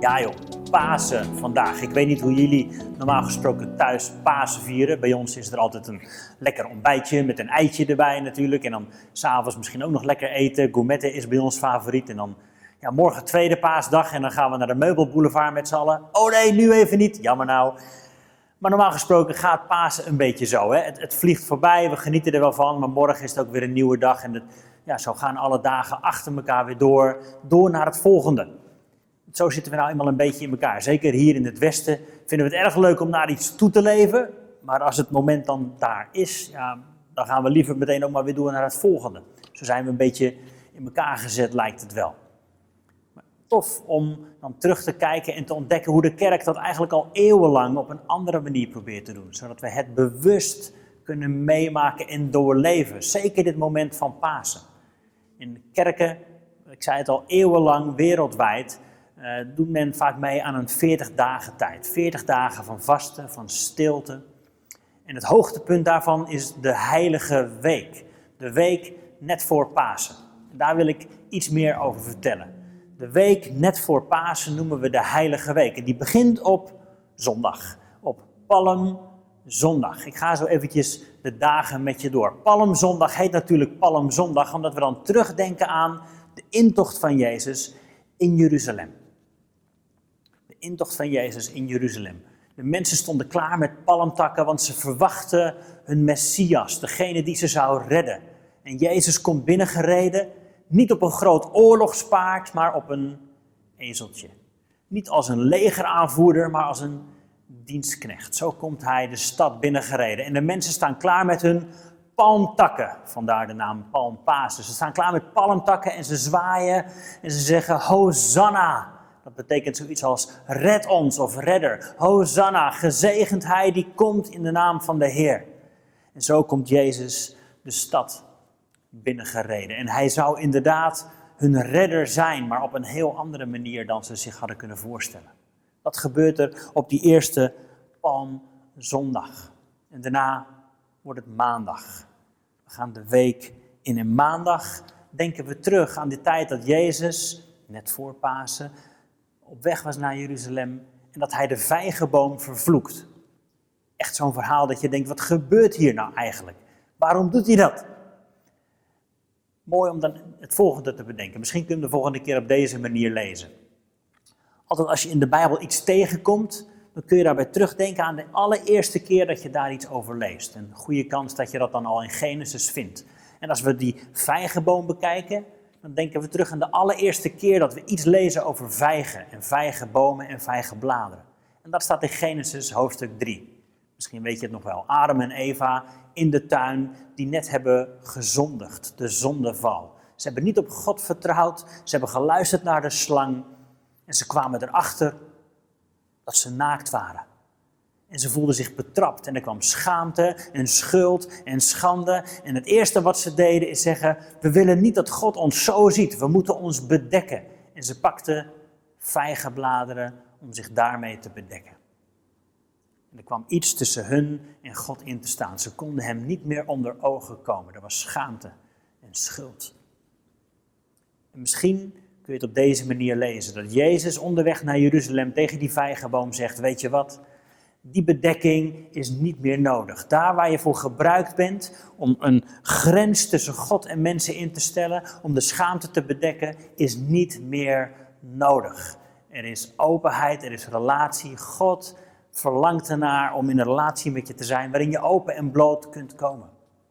Ja joh, Pasen vandaag. Ik weet niet hoe jullie normaal gesproken thuis Pasen vieren. Bij ons is er altijd een lekker ontbijtje met een eitje erbij natuurlijk. En dan 's avonds misschien ook nog lekker eten. Gourmetten is bij ons favoriet. En dan morgen tweede paasdag en dan gaan we naar de meubelboulevard met z'n allen. Oh nee, nu even niet. Jammer nou. Maar normaal gesproken gaat Pasen een beetje zo. Hè? Het vliegt voorbij, we genieten er wel van. Maar morgen is het ook weer een nieuwe dag. En zo gaan alle dagen achter elkaar weer door naar het volgende. Zo zitten we nou eenmaal een beetje in elkaar. Zeker hier in het Westen vinden we het erg leuk om naar iets toe te leven. Maar als het moment dan daar is, dan gaan we liever meteen ook maar weer door naar het volgende. Zo zijn we een beetje in elkaar gezet, lijkt het wel. Maar tof om dan terug te kijken en te ontdekken hoe de kerk dat eigenlijk al eeuwenlang op een andere manier probeert te doen. Zodat we het bewust kunnen meemaken en doorleven. Zeker dit moment van Pasen. In kerken, ik zei het al, eeuwenlang wereldwijd doet men vaak mee aan een 40 dagen tijd. 40 dagen van vasten, van stilte. En het hoogtepunt daarvan is de Heilige Week. De week net voor Pasen. En daar wil ik iets meer over vertellen. De week net voor Pasen noemen we de Heilige Week. En die begint op zondag. Op Palmzondag. Ik ga zo eventjes de dagen met je door. Palmzondag heet natuurlijk Palmzondag, omdat we dan terugdenken aan de intocht van Jezus in Jeruzalem. De intocht van Jezus in Jeruzalem. De mensen stonden klaar met palmtakken, want ze verwachten hun Messias, degene die ze zou redden. En Jezus komt binnengereden, niet op een groot oorlogspaard, maar op een ezeltje. Niet als een legeraanvoerder, maar als een dienstknecht. Zo komt hij de stad binnengereden. En de mensen staan klaar met hun palmtakken. Vandaar de naam Palmpasen. Ze staan klaar met palmtakken en ze zwaaien en ze zeggen Hosanna. Dat betekent zoiets als red ons of redder. Hosanna, gezegend hij die komt in de naam van de Heer. En zo komt Jezus de stad binnengereden. En hij zou inderdaad hun redder zijn, maar op een heel andere manier dan ze zich hadden kunnen voorstellen. Wat gebeurt er op die eerste Palmzondag? En daarna wordt het maandag. We gaan de week in. En maandag denken we terug aan de tijd dat Jezus, net voor Pasen, op weg was naar Jeruzalem en dat hij de vijgenboom vervloekt. Echt zo'n verhaal dat je denkt, wat gebeurt hier nou eigenlijk? Waarom doet hij dat? Mooi om dan het volgende te bedenken. Misschien kunnen we de volgende keer op deze manier lezen. Altijd als je in de Bijbel iets tegenkomt, dan kun je daarbij terugdenken aan de allereerste keer dat je daar iets over leest. Een goede kans dat je dat dan al in Genesis vindt. En als we die vijgenboom bekijken, dan denken we terug aan de allereerste keer dat we iets lezen over vijgen en vijgenbomen en vijgenbladeren. En dat staat in Genesis hoofdstuk 3. Misschien weet je het nog wel. Adam en Eva in de tuin die net hebben gezondigd, de zondeval. Ze hebben niet op God vertrouwd, ze hebben geluisterd naar de slang en ze kwamen erachter dat ze naakt waren. En ze voelden zich betrapt en er kwam schaamte en schuld en schande. En het eerste wat ze deden is zeggen, we willen niet dat God ons zo ziet, we moeten ons bedekken. En ze pakten vijgenbladeren om zich daarmee te bedekken. En er kwam iets tussen hun en God in te staan. Ze konden hem niet meer onder ogen komen. Er was schaamte en schuld. En misschien kun je het op deze manier lezen. Dat Jezus onderweg naar Jeruzalem tegen die vijgenboom zegt, weet je wat? Die bedekking is niet meer nodig. Daar waar je voor gebruikt bent om een grens tussen God en mensen in te stellen, om de schaamte te bedekken, is niet meer nodig. Er is openheid, er is relatie. God verlangt ernaar om in een relatie met je te zijn waarin je open en bloot kunt komen.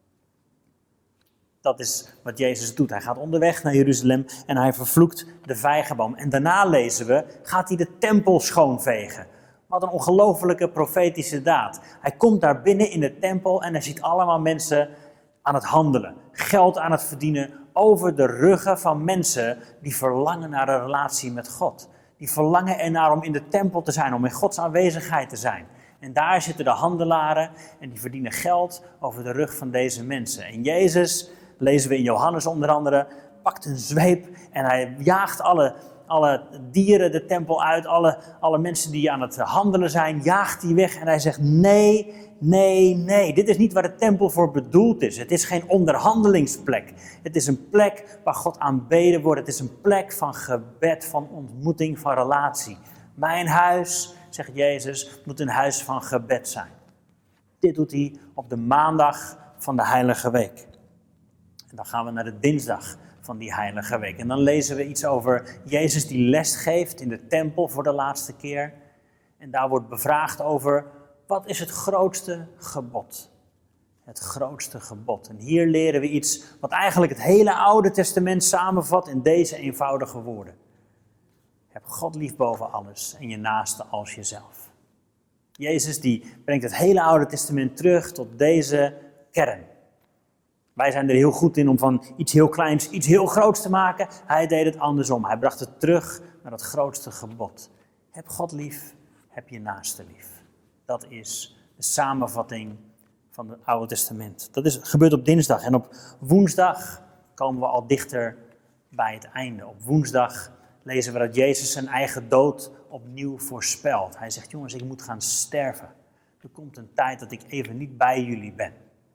Dat is wat Jezus doet. Hij gaat onderweg naar Jeruzalem en hij vervloekt de vijgenboom. En daarna lezen we, gaat hij de tempel schoonvegen. Wat een ongelofelijke profetische daad. Hij komt daar binnen in de tempel en hij ziet allemaal mensen aan het handelen. Geld aan het verdienen over de ruggen van mensen die verlangen naar een relatie met God. Die verlangen ernaar om in de tempel te zijn, om in Gods aanwezigheid te zijn. En daar zitten de handelaren en die verdienen geld over de rug van deze mensen. En Jezus, lezen we in Johannes onder andere, pakt een zweep en hij jaagt alle dieren de tempel uit, alle mensen die aan het handelen zijn, jaagt hij weg. En hij zegt, nee, dit is niet waar de tempel voor bedoeld is. Het is geen onderhandelingsplek. Het is een plek waar God aanbeden wordt. Het is een plek van gebed, van ontmoeting, van relatie. Mijn huis, zegt Jezus, moet een huis van gebed zijn. Dit doet hij op de maandag van de Heilige Week. En dan gaan we naar de dinsdag van die Heilige Week. En dan lezen we iets over Jezus die les geeft in de tempel voor de laatste keer. En daar wordt bevraagd over, wat is het grootste gebod? Het grootste gebod. En hier leren we iets wat eigenlijk het hele Oude Testament samenvat in deze eenvoudige woorden. Heb God lief boven alles en je naaste als jezelf. Jezus die brengt het hele Oude Testament terug tot deze kern. Wij zijn er heel goed in om van iets heel kleins iets heel groots te maken. Hij deed het andersom. Hij bracht het terug naar het grootste gebod. Heb God lief, heb je naaste lief. Dat is de samenvatting van het Oude Testament. Dat gebeurt op dinsdag. En op woensdag komen we al dichter bij het einde. Op woensdag lezen we dat Jezus zijn eigen dood opnieuw voorspelt. Hij zegt, jongens, ik moet gaan sterven. Er komt een tijd dat ik even niet bij jullie ben.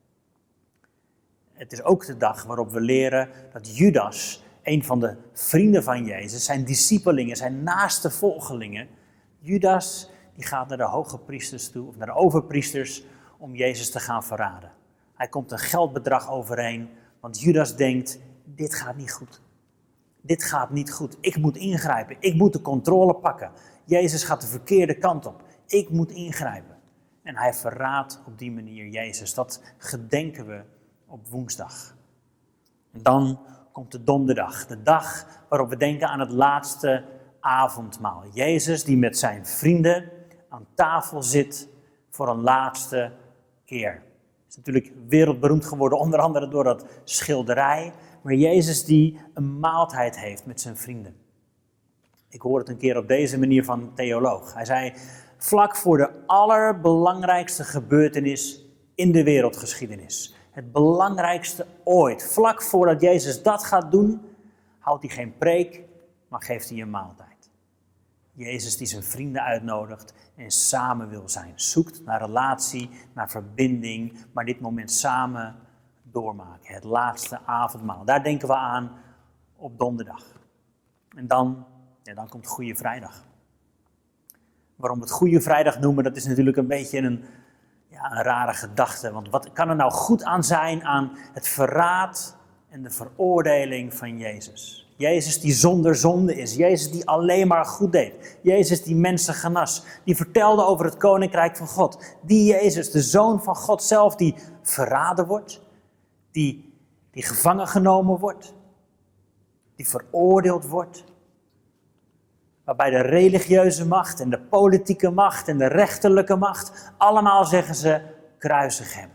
Het is ook de dag waarop we leren dat Judas, een van de vrienden van Jezus, zijn discipelingen, zijn naaste volgelingen, Judas, die gaat naar de hoge priesters toe, of naar de overpriesters, om Jezus te gaan verraden. Hij komt een geldbedrag overeen, want Judas denkt, dit gaat niet goed. Dit gaat niet goed. Ik moet ingrijpen. Ik moet de controle pakken. Jezus gaat de verkeerde kant op. Ik moet ingrijpen. En hij verraadt op die manier Jezus. Dat gedenken we op woensdag. En dan komt de donderdag. De dag waarop we denken aan het laatste avondmaal. Jezus die met zijn vrienden aan tafel zit voor een laatste keer. Het is natuurlijk wereldberoemd geworden, onder andere door dat schilderij. Maar Jezus die een maaltijd heeft met zijn vrienden. Ik hoorde het een keer op deze manier van een theoloog. Hij zei, vlak voor de allerbelangrijkste gebeurtenis in de wereldgeschiedenis. Het belangrijkste ooit. Vlak voordat Jezus dat gaat doen, houdt hij geen preek, maar geeft hij een maaltijd. Jezus die zijn vrienden uitnodigt en samen wil zijn. Zoekt naar relatie, naar verbinding, maar dit moment samen doormaken. Het laatste avondmaal. Daar denken we aan op donderdag. En dan komt Goede Vrijdag. Waarom we het Goede Vrijdag noemen, dat is natuurlijk een beetje een rare gedachte. Want wat kan er nou goed aan zijn aan het verraad en de veroordeling van Jezus? Jezus die zonder zonde is. Jezus die alleen maar goed deed. Jezus die mensen genas. Die vertelde over het koninkrijk van God. Die Jezus, de Zoon van God zelf, die verraden wordt. Die gevangen genomen wordt. Die veroordeeld wordt. Waarbij de religieuze macht en de politieke macht en de rechterlijke macht, allemaal zeggen ze, kruisig hem.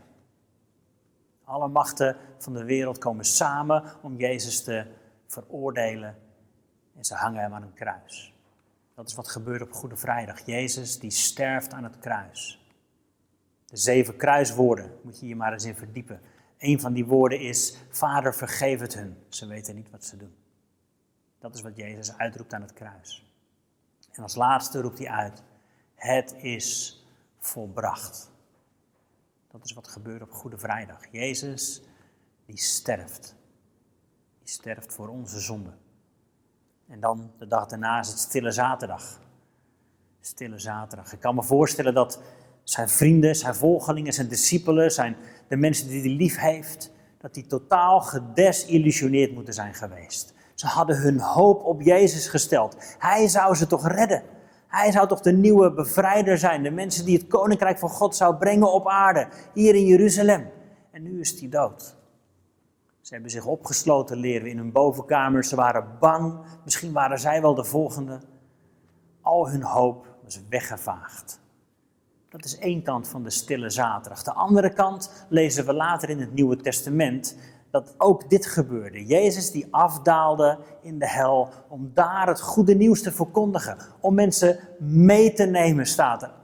Alle machten van de wereld komen samen om Jezus te veroordelen en ze hangen hem aan een kruis. Dat is wat gebeurt op Goede Vrijdag. Jezus die sterft aan het kruis. De 7 kruiswoorden, moet je hier maar eens in verdiepen. Een van die woorden is, Vader vergeef het hun, ze weten niet wat ze doen. Dat is wat Jezus uitroept aan het kruis. En als laatste roept hij uit, het is volbracht. Dat is wat gebeurt op Goede Vrijdag. Jezus, die sterft. Die sterft voor onze zonde. En dan, de dag daarna, is het Stille Zaterdag. Stille Zaterdag. Ik kan me voorstellen dat zijn vrienden, zijn volgelingen, zijn discipelen, de mensen die hij lief heeft, dat die totaal gedesillusioneerd moeten zijn geweest. Ze hadden hun hoop op Jezus gesteld. Hij zou ze toch redden. Hij zou toch de nieuwe bevrijder zijn. De mensen die het koninkrijk van God zou brengen op aarde. Hier in Jeruzalem. En nu is hij dood. Ze hebben zich opgesloten, leren we, in hun bovenkamers. Ze waren bang. Misschien waren zij wel de volgende. Al hun hoop was weggevaagd. Dat is één kant van de Stille Zaterdag. De andere kant lezen we later in het Nieuwe Testament dat ook dit gebeurde. Jezus die afdaalde in de hel om daar het goede nieuws te verkondigen. Om mensen mee te nemen, staat er.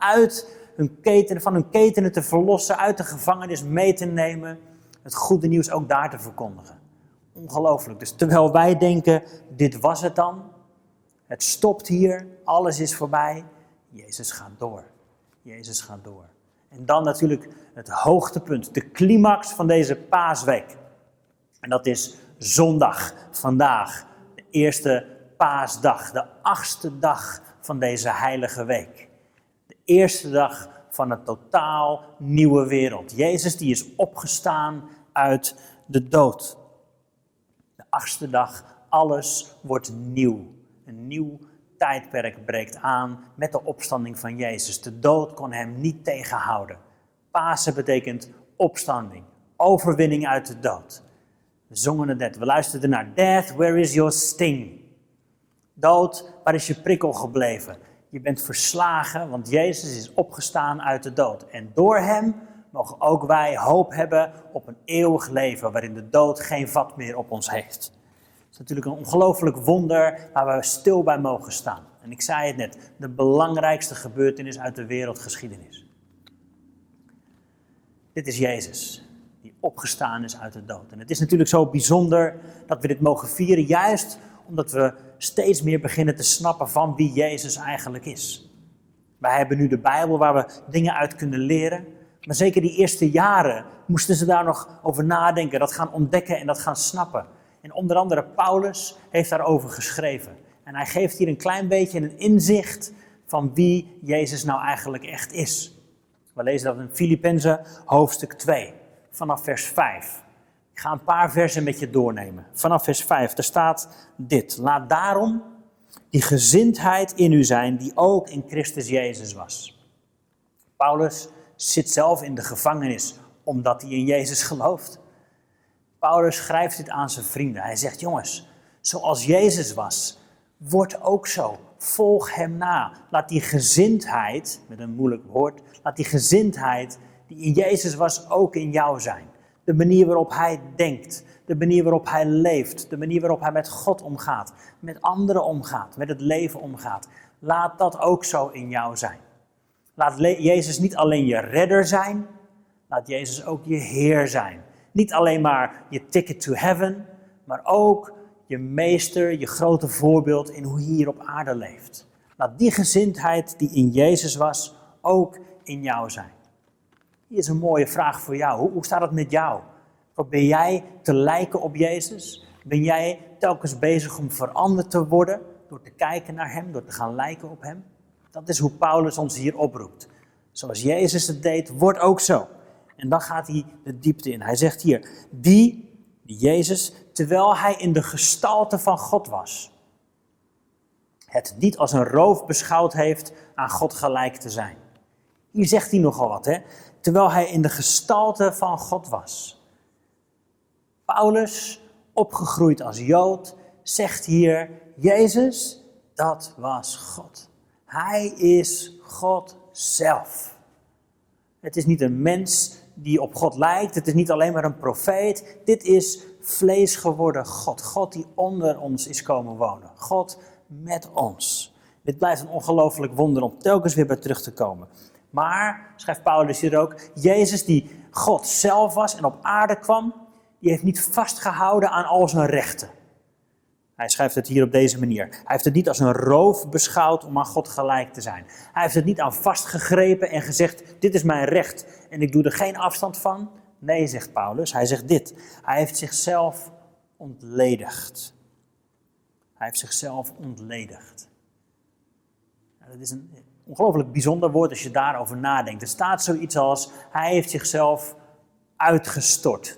Van hun ketenen te verlossen, uit de gevangenis mee te nemen. Het goede nieuws ook daar te verkondigen. Ongelooflijk. Dus terwijl wij denken, dit was het dan. Het stopt hier, alles is voorbij. Jezus gaat door. Jezus gaat door. En dan natuurlijk het hoogtepunt, de climax van deze paasweek. En dat is zondag, vandaag, de eerste paasdag, de 8e dag van deze heilige week. De eerste dag van een totaal nieuwe wereld. Jezus die is opgestaan uit de dood. De 8e dag, alles wordt nieuw. Een nieuw tijdperk breekt aan met de opstanding van Jezus. De dood kon hem niet tegenhouden. Pasen betekent opstanding, overwinning uit de dood. We zongen het net, we luisterden naar Death, where is your sting? Dood, waar is je prikkel gebleven? Je bent verslagen, want Jezus is opgestaan uit de dood. En door hem mogen ook wij hoop hebben op een eeuwig leven, waarin de dood geen vat meer op ons heeft. Het is natuurlijk een ongelooflijk wonder waar we stil bij mogen staan. En ik zei het net, de belangrijkste gebeurtenis uit de wereldgeschiedenis. Dit is Jezus, die opgestaan is uit de dood. En het is natuurlijk zo bijzonder dat we dit mogen vieren, juist omdat we steeds meer beginnen te snappen van wie Jezus eigenlijk is. Wij hebben nu de Bijbel waar we dingen uit kunnen leren. Maar zeker die eerste jaren moesten ze daar nog over nadenken, dat gaan ontdekken en dat gaan snappen. En onder andere Paulus heeft daarover geschreven. En hij geeft hier een klein beetje een inzicht van wie Jezus nou eigenlijk echt is. We lezen dat in Filippenzen hoofdstuk 2, vanaf vers 5. Ik ga een paar versen met je doornemen. Vanaf vers 5, daar staat dit. Laat daarom die gezindheid in u zijn die ook in Christus Jezus was. Paulus zit zelf in de gevangenis omdat hij in Jezus gelooft. Paulus schrijft dit aan zijn vrienden. Hij zegt, jongens, zoals Jezus was, word ook zo. Volg hem na. Laat die gezindheid, met een moeilijk woord, laat die gezindheid die in Jezus was ook in jou zijn. De manier waarop hij denkt, de manier waarop hij leeft, de manier waarop hij met God omgaat, met anderen omgaat, met het leven omgaat. Laat dat ook zo in jou zijn. Laat Jezus niet alleen je redder zijn, laat Jezus ook je Heer zijn. Niet alleen maar je ticket to heaven, maar ook je meester, je grote voorbeeld in hoe je hier op aarde leeft. Laat die gezindheid die in Jezus was ook in jou zijn. Hier is een mooie vraag voor jou. Hoe staat het met jou? Probeer jij te lijken op Jezus? Ben jij telkens bezig om veranderd te worden door te kijken naar hem, door te gaan lijken op hem? Dat is hoe Paulus ons hier oproept. Zoals Jezus het deed, word ook zo. En dan gaat hij de diepte in. Hij zegt hier, die Jezus, terwijl hij in de gestalte van God was, het niet als een roof beschouwd heeft aan God gelijk te zijn. Hier zegt hij nogal wat, hè? Terwijl hij in de gestalte van God was. Paulus, opgegroeid als Jood, zegt hier, Jezus, dat was God. Hij is God zelf. Het is niet een mens die op God lijkt. Het is niet alleen maar een profeet. Dit is vlees geworden God. God die onder ons is komen wonen. God met ons. Dit blijft een ongelooflijk wonder om telkens weer bij terug te komen. Maar, schrijft Paulus hier ook, Jezus die God zelf was en op aarde kwam, die heeft niet vastgehouden aan al zijn rechten. Hij schrijft het hier op deze manier. Hij heeft het niet als een roof beschouwd om aan God gelijk te zijn. Hij heeft het niet aan vastgegrepen en gezegd, dit is mijn recht en ik doe er geen afstand van. Nee, zegt Paulus, hij zegt dit. Hij heeft zichzelf ontledigd. Hij heeft zichzelf ontledigd. Dat is een ongelooflijk bijzonder woord als je daarover nadenkt. Er staat zoiets als, hij heeft zichzelf uitgestort.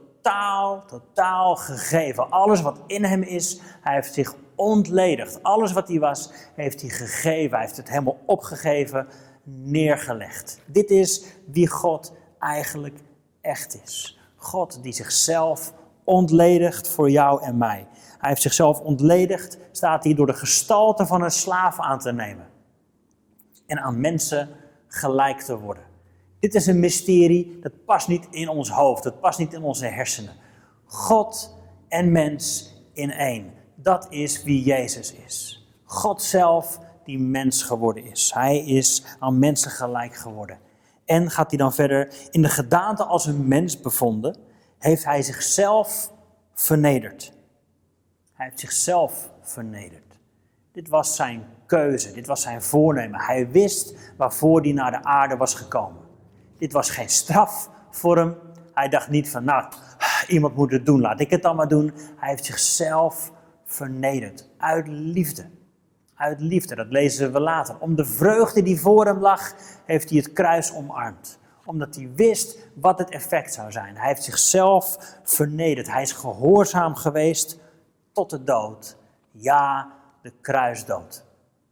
Totaal gegeven. Alles wat in hem is, hij heeft zich ontledigd. Alles wat hij was, heeft hij gegeven. Hij heeft het helemaal opgegeven, neergelegd. Dit is wie God eigenlijk echt is. God die zichzelf ontledigt voor jou en mij. Hij heeft zichzelf ontledigd, staat hier, door de gestalte van een slaaf aan te nemen. En aan mensen gelijk te worden. Dit is een mysterie, dat past niet in ons hoofd, dat past niet in onze hersenen. God en mens in één. Dat is wie Jezus is. God zelf die mens geworden is. Hij is aan mensen gelijk geworden. En gaat hij dan verder, in de gedaante als een mens bevonden, heeft hij zichzelf vernederd. Hij heeft zichzelf vernederd. Dit was zijn keuze, dit was zijn voornemen. Hij wist waarvoor hij naar de aarde was gekomen. Dit was geen straf voor hem. Hij dacht niet van, iemand moet het doen, laat ik het dan maar doen. Hij heeft zichzelf vernederd, uit liefde. Hij Uit liefde, dat lezen we later. Om de vreugde die voor hem lag, heeft hij het kruis omarmd. Omdat hij wist wat het effect zou zijn. Hij heeft zichzelf vernederd. Hij is gehoorzaam geweest tot de dood. Ja, de kruisdood.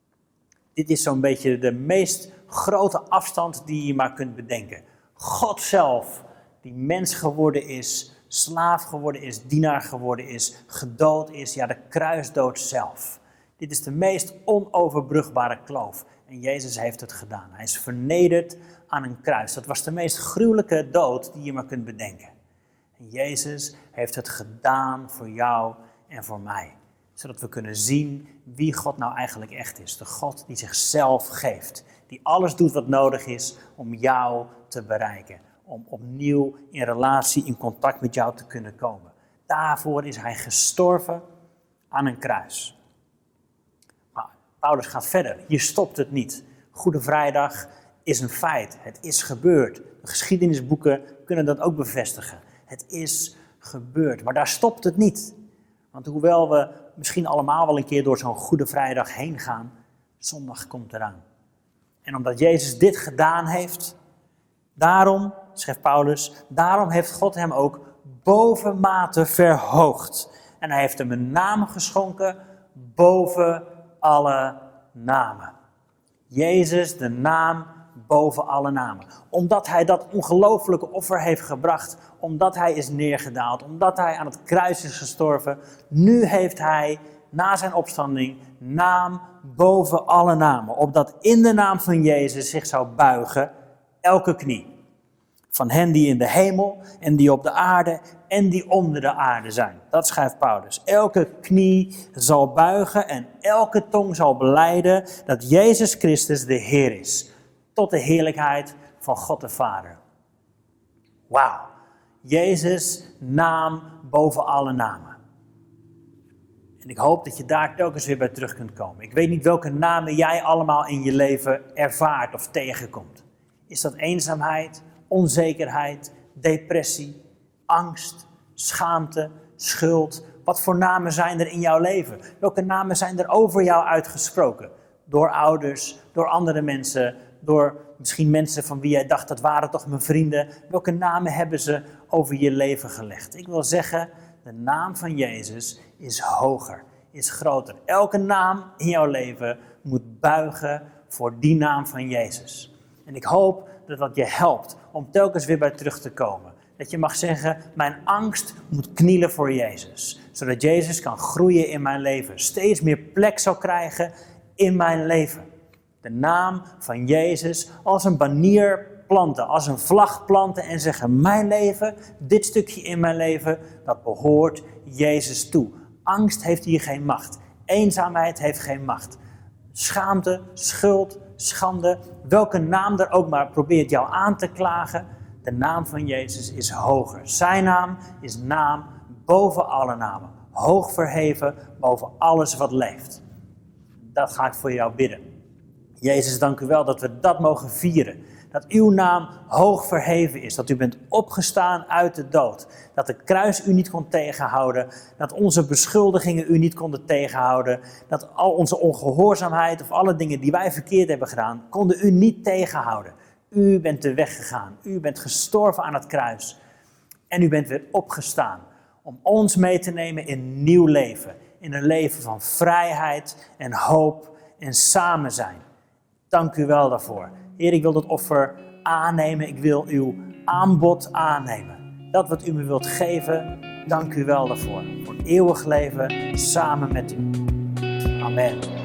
Dit is zo'n beetje de meest grote afstand die je maar kunt bedenken. God zelf, die mens geworden is, slaaf geworden is, dienaar geworden is, gedood is. Ja, de kruisdood zelf. Dit is de meest onoverbrugbare kloof. En Jezus heeft het gedaan. Hij is vernederd aan een kruis. Dat was de meest gruwelijke dood die je maar kunt bedenken. En Jezus heeft het gedaan voor jou en voor mij. Zodat we kunnen zien wie God nou eigenlijk echt is. De God die zichzelf geeft. Die alles doet wat nodig is om jou te bereiken. Om opnieuw in relatie, in contact met jou te kunnen komen. Daarvoor is hij gestorven aan een kruis. Maar Paulus gaat verder. Hier stopt het niet. Goede Vrijdag is een feit. Het is gebeurd. De geschiedenisboeken kunnen dat ook bevestigen. Het is gebeurd. Maar daar stopt het niet. Want hoewel we misschien allemaal wel een keer door zo'n Goede Vrijdag heen gaan, zondag komt eraan. En omdat Jezus dit gedaan heeft, daarom, schrijft Paulus, daarom heeft God hem ook bovenmate verhoogd. En hij heeft hem een naam geschonken boven alle namen. Jezus, de naam boven alle namen. Omdat hij dat ongelooflijke offer heeft gebracht, omdat hij is neergedaald, omdat hij aan het kruis is gestorven. Nu heeft hij, na zijn opstanding, naam boven alle namen. Opdat in de naam van Jezus zich zou buigen elke knie. Van hen die in de hemel en die op de aarde en die onder de aarde zijn. Dat schrijft Paulus. Elke knie zal buigen en elke tong zal belijden dat Jezus Christus de Heer is. Tot de heerlijkheid van God de Vader. Wauw. Jezus, naam boven alle namen. En ik hoop dat je daar telkens weer bij terug kunt komen. Ik weet niet welke namen jij allemaal in je leven ervaart of tegenkomt. Is dat eenzaamheid, onzekerheid, depressie, angst, schaamte, schuld? Wat voor namen zijn er in jouw leven? Welke namen zijn er over jou uitgesproken? Door ouders, door andere mensen, door misschien mensen van wie jij dacht dat waren toch mijn vrienden. Welke namen hebben ze over je leven gelegd? Ik wil zeggen, de naam van Jezus is hoger, is groter. Elke naam in jouw leven moet buigen voor die naam van Jezus. En ik hoop dat dat je helpt om telkens weer bij terug te komen. Dat je mag zeggen, mijn angst moet knielen voor Jezus. Zodat Jezus kan groeien in mijn leven. Steeds meer plek zal krijgen in mijn leven. De naam van Jezus als een banier planten, als een vlag planten en zeggen, mijn leven, dit stukje in mijn leven, dat behoort Jezus toe. Angst heeft hier geen macht. Eenzaamheid heeft geen macht. Schaamte, schuld, schande, welke naam er ook maar probeert jou aan te klagen, de naam van Jezus is hoger. Zijn naam is naam boven alle namen. Hoog verheven boven alles wat leeft. Dat ga ik voor jou bidden. Jezus, dank u wel dat we dat mogen vieren. Dat uw naam hoog verheven is. Dat u bent opgestaan uit de dood. Dat de kruis u niet kon tegenhouden. Dat onze beschuldigingen u niet konden tegenhouden. Dat al onze ongehoorzaamheid of alle dingen die wij verkeerd hebben gedaan, konden u niet tegenhouden. U bent de weg gegaan. U bent gestorven aan het kruis. En u bent weer opgestaan. Om ons mee te nemen in nieuw leven. In een leven van vrijheid en hoop en samen zijn. Dank u wel daarvoor. Heer, ik wil dat offer aannemen. Ik wil uw aanbod aannemen. Dat wat u me wilt geven, dank u wel daarvoor. Voor eeuwig leven samen met u. Amen.